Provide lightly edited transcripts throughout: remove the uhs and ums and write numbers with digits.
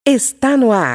Está no ar.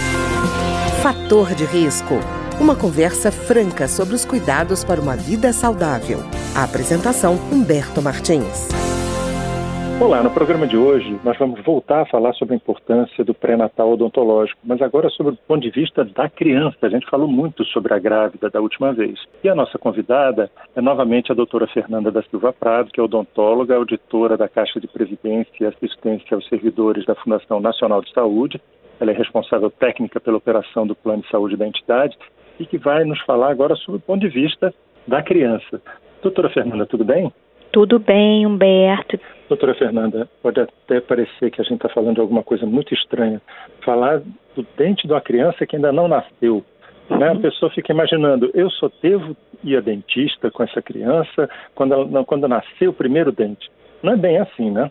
Fator de risco. Uma conversa franca sobre os cuidados para uma vida saudável. A apresentação, Humberto Martins. Olá, no programa de hoje nós vamos voltar a falar sobre a importância do pré-natal odontológico, mas agora sobre o ponto de vista da criança. A gente falou muito sobre a grávida da última vez. E a nossa convidada é novamente a doutora Fernanda da Silva Prado, que é odontóloga, auditora da Caixa de Previdência e Assistência aos Servidores da Fundação Nacional de Saúde. Ela é responsável técnica pela operação do Plano de Saúde da entidade e que vai nos falar agora sobre o ponto de vista da criança. Doutora Fernanda, tudo bem? Tudo bem, Humberto. Doutora Fernanda, pode até parecer que a gente está falando de alguma coisa muito estranha. Falar do dente de uma criança que ainda não nasceu. Né? A pessoa fica imaginando, eu só devo ir a dentista com essa criança quando nascer o primeiro dente. Não é bem assim, né?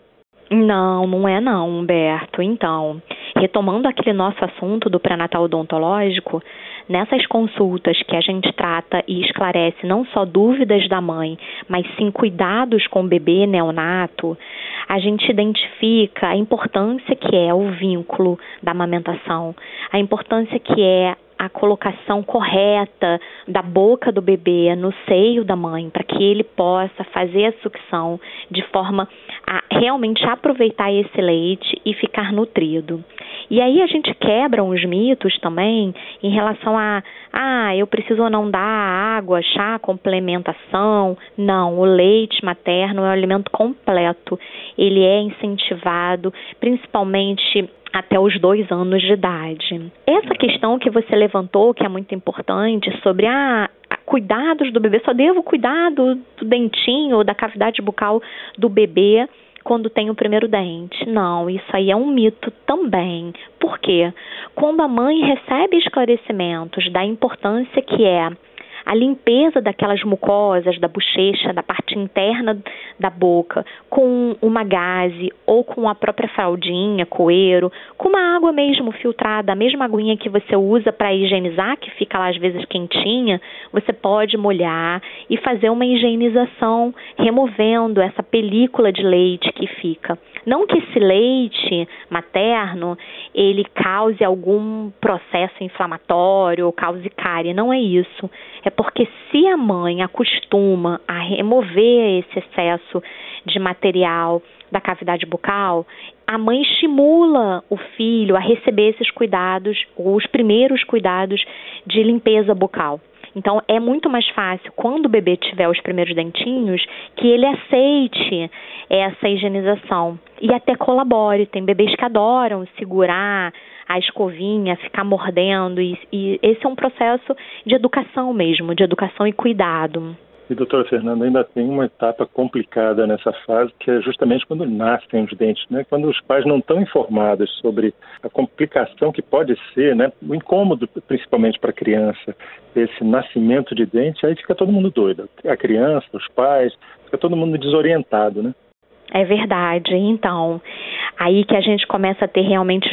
Não é não, Humberto. Então, retomando aquele nosso assunto do pré-natal odontológico, nessas consultas que a gente trata e esclarece não só dúvidas da mãe, mas sim cuidados com o bebê neonato, a gente identifica a importância que é o vínculo da amamentação, a importância que é a colocação correta da boca do bebê no seio da mãe, para que ele possa fazer a sucção de forma a realmente aproveitar esse leite e ficar nutrido. E aí a gente quebra uns mitos também em relação eu preciso ou não dar água, chá, complementação. Não, o leite materno é um alimento completo. Ele é incentivado, principalmente até os 2 anos de idade. Essa questão que você levantou, que é muito importante, sobre cuidados do bebê, só devo cuidar do dentinho ou da cavidade bucal do bebê quando tem o primeiro dente. Não, isso aí é um mito também. Por quê? Quando a mãe recebe esclarecimentos da importância que é a limpeza daquelas mucosas, da bochecha, da parte interna da boca, com uma gaze ou com a própria fraldinha, coeiro, com uma água mesmo filtrada, a mesma aguinha que você usa para higienizar, que fica lá às vezes quentinha, você pode molhar e fazer uma higienização, removendo essa película de leite que fica. Não que esse leite materno, ele cause algum processo inflamatório ou cause cárie, não é isso. É porque se a mãe acostuma a remover esse excesso de material da cavidade bucal, a mãe estimula o filho a receber esses cuidados, os primeiros cuidados de limpeza bucal. Então, é muito mais fácil, quando o bebê tiver os primeiros dentinhos, que ele aceite essa higienização e até colabore. Tem bebês que adoram segurar a escovinha, ficar mordendo, e esse é um processo de educação mesmo, de educação e cuidado. E, doutora Fernanda, ainda tem uma etapa complicada nessa fase, que é justamente quando nascem os dentes, né? Quando os pais não estão informados sobre a complicação que pode ser, né? O incômodo, principalmente para a criança, esse nascimento de dente, aí fica todo mundo doido. A criança, os pais, fica todo mundo desorientado, né? É verdade. Então, aí que a gente começa a ter realmente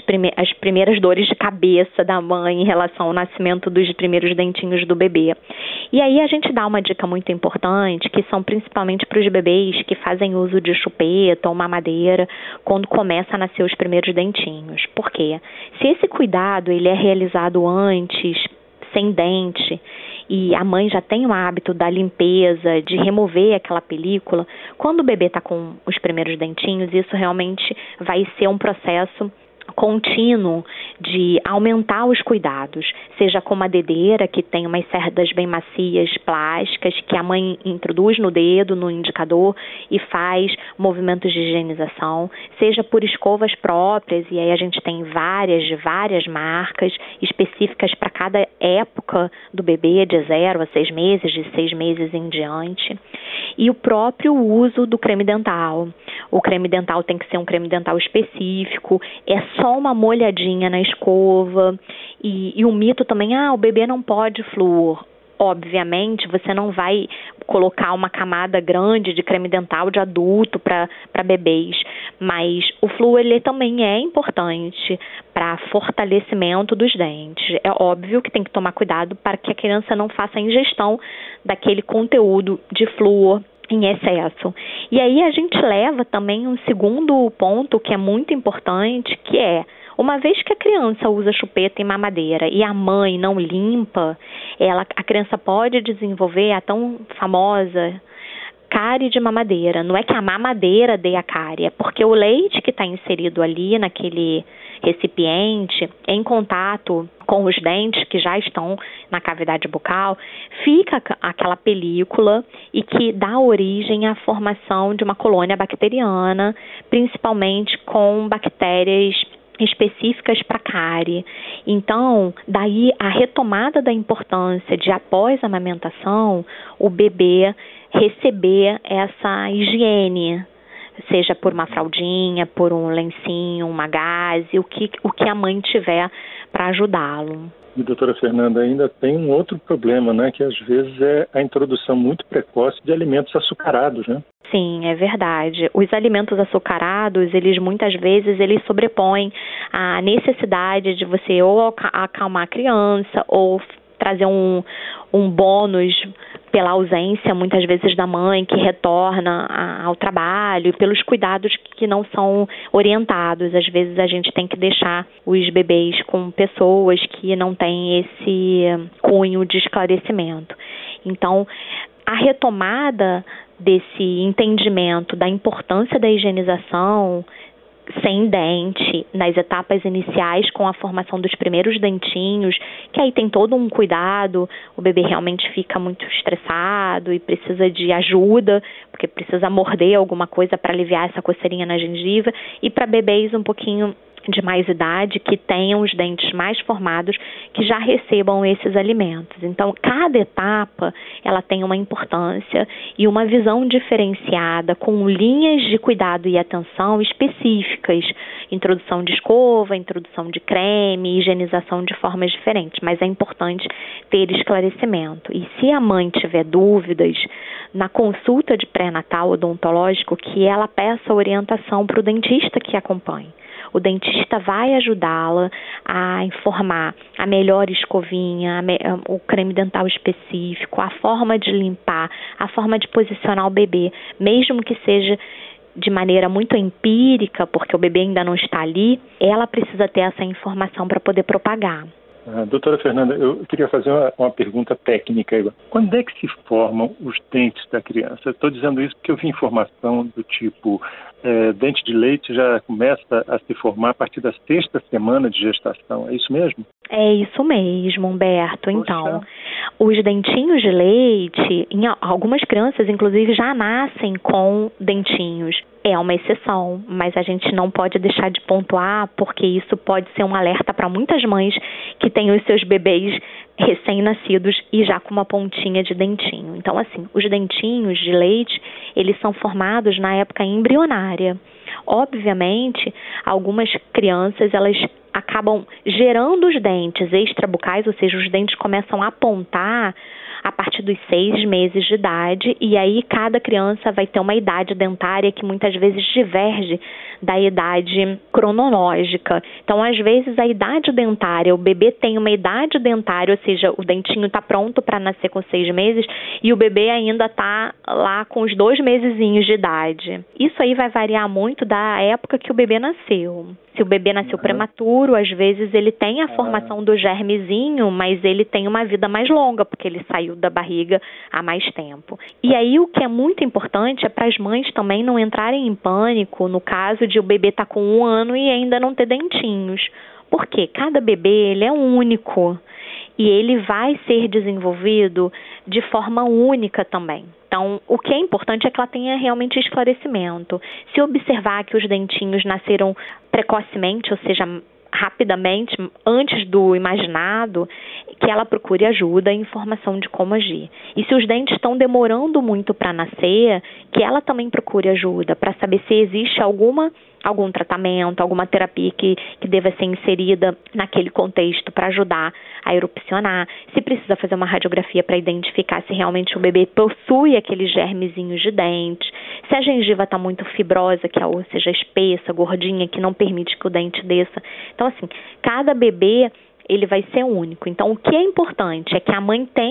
as primeiras dores de cabeça da mãe em relação ao nascimento dos primeiros dentinhos do bebê. E aí a gente dá uma dica muito importante, que são principalmente para os bebês que fazem uso de chupeta ou mamadeira quando começa a nascer os primeiros dentinhos. Por quê? Se esse cuidado ele é realizado antes, sem dente, e a mãe já tem o hábito da limpeza, de remover aquela película, quando o bebê está com os primeiros dentinhos, isso realmente vai ser um processo contínuo de aumentar os cuidados, seja com uma dedeira que tem umas cerdas bem macias, plásticas, que a mãe introduz no dedo, no indicador e faz movimentos de higienização, seja por escovas próprias, e aí a gente tem várias marcas específicas para cada época do bebê, de 0 a 6 meses, de 6 meses em diante, e o próprio uso do creme dental. O creme dental tem que ser um creme dental específico, é só uma molhadinha na escova, e o mito também, o bebê não pode flúor. Obviamente, você não vai colocar uma camada grande de creme dental de adulto para bebês, mas o flúor ele também é importante para fortalecimento dos dentes. É óbvio que tem que tomar cuidado para que a criança não faça a ingestão daquele conteúdo de flúor em excesso. E aí a gente leva também um segundo ponto que é muito importante, que é Uma vez que a criança usa chupeta e mamadeira e a mãe não limpa, a criança pode desenvolver a tão famosa cárie de mamadeira. Não é que a mamadeira dê a cárie, é porque o leite que está inserido ali naquele recipiente, em contato com os dentes que já estão na cavidade bucal, fica aquela película e que dá origem à formação de uma colônia bacteriana, principalmente com bactérias específicas para cárie. Então, daí a retomada da importância de, após a amamentação, o bebê receber essa higiene, seja por uma fraldinha, por um lencinho, uma gaze, o que a mãe tiver para ajudá-lo. E, doutora Fernanda, ainda tem um outro problema, né, que às vezes é a introdução muito precoce de alimentos açucarados, né? Sim, é verdade. Os alimentos açucarados, muitas vezes sobrepõem a necessidade de você ou acalmar a criança ou trazer um bônus pela ausência, muitas vezes, da mãe que retorna ao trabalho, e pelos cuidados que não são orientados. Às vezes a gente tem que deixar os bebês com pessoas que não têm esse cunho de esclarecimento. Então, a retomada desse entendimento da importância da higienização sem dente, nas etapas iniciais, com a formação dos primeiros dentinhos, que aí tem todo um cuidado, o bebê realmente fica muito estressado e precisa de ajuda, porque precisa morder alguma coisa para aliviar essa coceirinha na gengiva, e para bebês um pouquinho de mais idade, que tenham os dentes mais formados, que já recebam esses alimentos. Então, cada etapa, ela tem uma importância e uma visão diferenciada, com linhas de cuidado e atenção específicas, introdução de escova, introdução de creme, higienização de formas diferentes, mas é importante ter esclarecimento. E se a mãe tiver dúvidas, na consulta de pré-natal odontológico, que ela peça orientação para o dentista que acompanhe. O dentista vai ajudá-la a informar a melhor escovinha, o creme dental específico, a forma de limpar, a forma de posicionar o bebê, mesmo que seja de maneira muito empírica, porque o bebê ainda não está ali, ela precisa ter essa informação para poder propagar. Doutora Fernanda, eu queria fazer uma pergunta técnica. Quando é que se formam os dentes da criança? Estou dizendo isso porque eu vi informação do tipo, dente de leite já começa a se formar a partir da 6ª semana de gestação. É isso mesmo? É isso mesmo, Humberto. Poxa. Então, os dentinhos de leite, em algumas crianças, inclusive, já nascem com dentinhos. É uma exceção, mas a gente não pode deixar de pontuar, porque isso pode ser um alerta para muitas mães que têm os seus bebês recém-nascidos e já com uma pontinha de dentinho. Então, assim, os dentinhos de leite, eles são formados na época embrionária. Obviamente, algumas crianças, elas acabam gerando os dentes extrabucais, ou seja, os dentes começam a apontar a partir dos 6 meses de idade, e aí cada criança vai ter uma idade dentária que muitas vezes diverge da idade cronológica. Então, às vezes, a idade dentária, o bebê tem uma idade dentária, ou seja, o dentinho está pronto para nascer com 6 meses e o bebê ainda está lá com os 2 mesezinhos de idade. Isso aí vai variar muito da época que o bebê nasceu. Se o bebê nasceu prematuro, às vezes ele tem a formação do germezinho, mas ele tem uma vida mais longa, porque ele saiu da barriga há mais tempo. E aí o que é muito importante é para as mães também não entrarem em pânico no caso de o bebê estar com 1 ano e ainda não ter dentinhos. Porque cada bebê, ele é único e ele vai ser desenvolvido de forma única também. Então, o que é importante é que ela tenha realmente esclarecimento. Se observar que os dentinhos nasceram precocemente, ou seja, rapidamente, antes do imaginado, que ela procure ajuda e informação de como agir. E se os dentes estão demorando muito para nascer, que ela também procure ajuda para saber se existe algum tratamento, alguma terapia que deva ser inserida naquele contexto para ajudar a erupcionar, se precisa fazer uma radiografia para identificar se realmente o bebê possui aqueles germezinhos de dente, se a gengiva está muito fibrosa, ou seja, espessa, gordinha, que não permite que o dente desça. Então, assim, cada bebê, ele vai ser único. Então, o que é importante é que a mãe tenha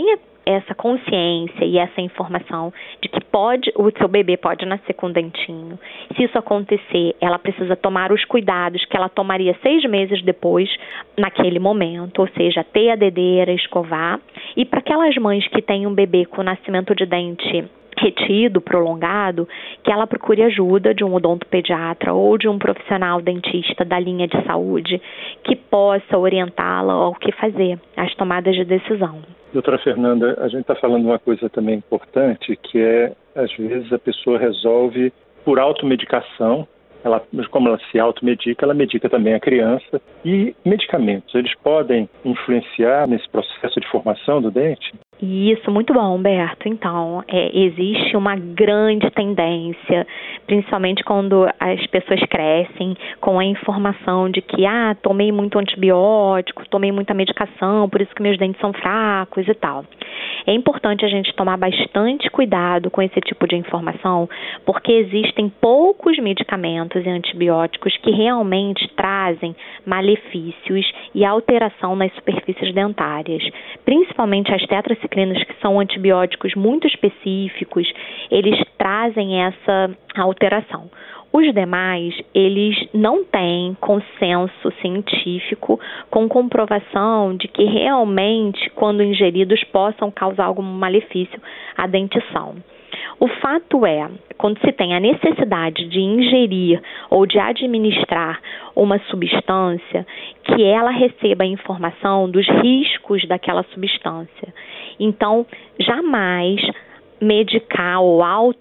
essa consciência e essa informação de que o seu bebê pode nascer com dentinho. Se isso acontecer, ela precisa tomar os cuidados que ela tomaria 6 meses depois, naquele momento, ou seja, ter a dedeira, escovar. E para aquelas mães que têm um bebê com nascimento de dente retido, prolongado, que ela procure ajuda de um odontopediatra ou de um profissional dentista da linha de saúde que possa orientá-la ao que fazer, as tomadas de decisão. Doutora Fernanda, a gente está falando de uma coisa também importante, que é, às vezes, a pessoa resolve por automedicação. Como ela se automedica, ela medica também a criança. E medicamentos, eles podem influenciar nesse processo de formação do dente? Isso, muito bom, Humberto. Então, existe uma grande tendência, principalmente quando as pessoas crescem com a informação de que, tomei muito antibiótico, tomei muita medicação, por isso que meus dentes são fracos e tal. É importante a gente tomar bastante cuidado com esse tipo de informação, porque existem poucos medicamentos e antibióticos que realmente trazem malefícios e alteração nas superfícies dentárias, principalmente as tetraciclinas, que são antibióticos muito específicos, eles trazem essa alteração. Os demais, eles não têm consenso científico com comprovação de que realmente, quando ingeridos, possam causar algum malefício à dentição. O fato é, quando se tem a necessidade de ingerir ou de administrar uma substância, que ela receba a informação dos riscos daquela substância. Então, jamais medicar ou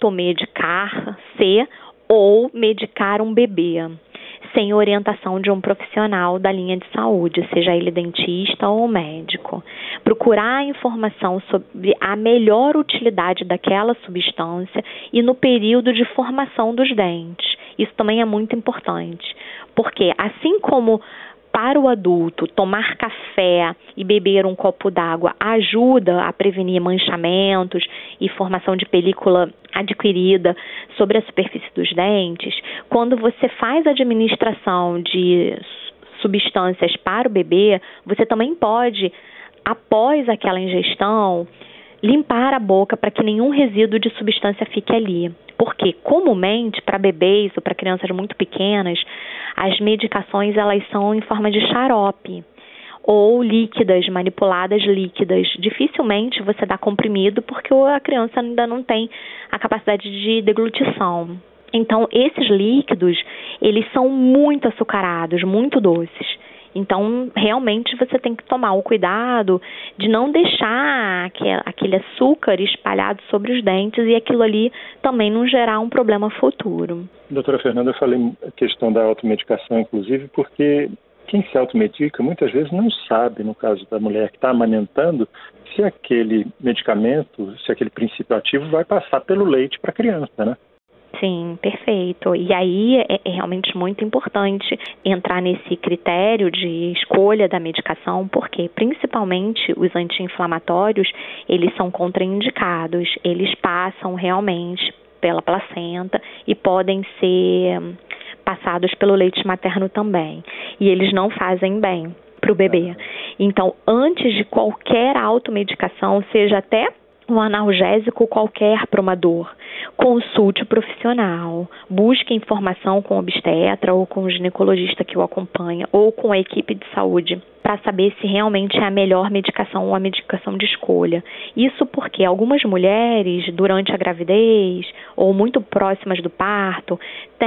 automedicar-se ou medicar um bebê sem orientação de um profissional da linha de saúde, seja ele dentista ou médico. Procurar informação sobre a melhor utilidade daquela substância e no período de formação dos dentes. Isso também é muito importante, porque assim como para o adulto, tomar café e beber um copo d'água ajuda a prevenir manchamentos e formação de película adquirida sobre a superfície dos dentes. Quando você faz a administração de substâncias para o bebê, você também pode, após aquela ingestão, limpar a boca para que nenhum resíduo de substância fique ali. Porque, comumente, para bebês ou para crianças muito pequenas, as medicações elas são em forma de xarope ou líquidas, manipuladas líquidas. Dificilmente você dá comprimido porque a criança ainda não tem a capacidade de deglutição. Então, esses líquidos, eles são muito açucarados, muito doces. Então, realmente, você tem que tomar o cuidado de não deixar aquele açúcar espalhado sobre os dentes e aquilo ali também não gerar um problema futuro. Doutora Fernanda, eu falei a questão da automedicação, inclusive, porque quem se automedica muitas vezes não sabe, no caso da mulher que está amamentando, se aquele medicamento, se aquele princípio ativo vai passar pelo leite para a criança, né? Sim, perfeito. E aí é realmente muito importante entrar nesse critério de escolha da medicação, porque principalmente os anti-inflamatórios, eles são contraindicados, eles passam realmente pela placenta e podem ser passados pelo leite materno também. E eles não fazem bem para o bebê. Então, antes de qualquer automedicação, seja até um analgésico qualquer para uma dor, consulte o profissional, busque informação com o obstetra ou com o ginecologista que o acompanha ou com a equipe de saúde para saber se realmente é a melhor medicação ou a medicação de escolha. Isso porque algumas mulheres, durante a gravidez ou muito próximas do parto,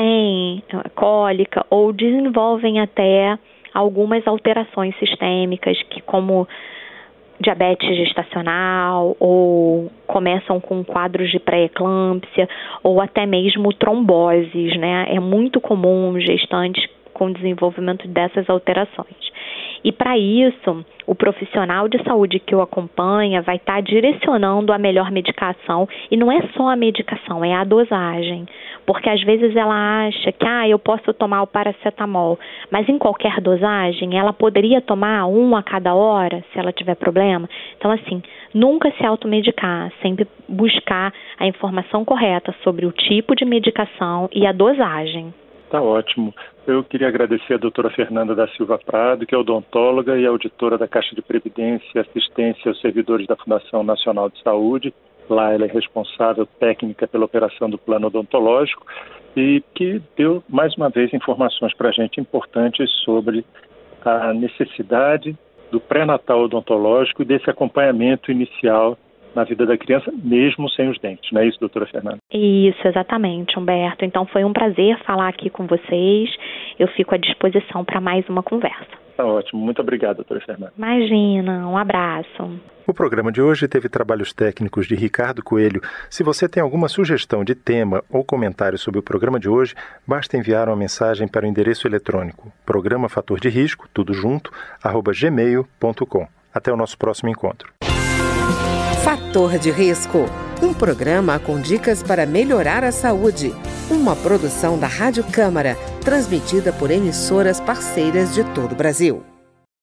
têm cólica ou desenvolvem até algumas alterações sistêmicas que, como diabetes gestacional, ou começam com quadros de pré-eclâmpsia, ou até mesmo tromboses, né? É muito comum gestantes com desenvolvimento dessas alterações. E para isso, o profissional de saúde que o acompanha vai estar direcionando a melhor medicação, e não é só a medicação, é a dosagem. Porque às vezes ela acha que eu posso tomar o paracetamol, mas em qualquer dosagem ela poderia tomar 1 a cada hora se ela tiver problema. Então, assim, nunca se automedicar, sempre buscar a informação correta sobre o tipo de medicação e a dosagem. Tá ótimo. Eu queria agradecer a doutora Fernanda da Silva Prado, que é odontóloga e auditora da Caixa de Previdência e Assistência aos Servidores da Fundação Nacional de Saúde. Lá ela é responsável técnica pela operação do plano odontológico e que deu, mais uma vez, informações para a gente importantes sobre a necessidade do pré-natal odontológico e desse acompanhamento inicial na vida da criança, mesmo sem os dentes. Não é isso, doutora Fernanda? Isso, exatamente, Humberto. Então foi um prazer falar aqui com vocês. Eu fico à disposição para mais uma conversa. Tá ótimo. Muito obrigado, doutora Fernanda. Imagina, um abraço. O programa de hoje teve trabalhos técnicos de Ricardo Coelho. Se você tem alguma sugestão de tema ou comentário sobre o programa de hoje, basta enviar uma mensagem para o endereço eletrônico programa Fator de Risco, tudo junto, @gmail.com. Até o nosso próximo encontro. Fator de Risco, um programa com dicas para melhorar a saúde. Uma produção da Rádio Câmara, transmitida por emissoras parceiras de todo o Brasil.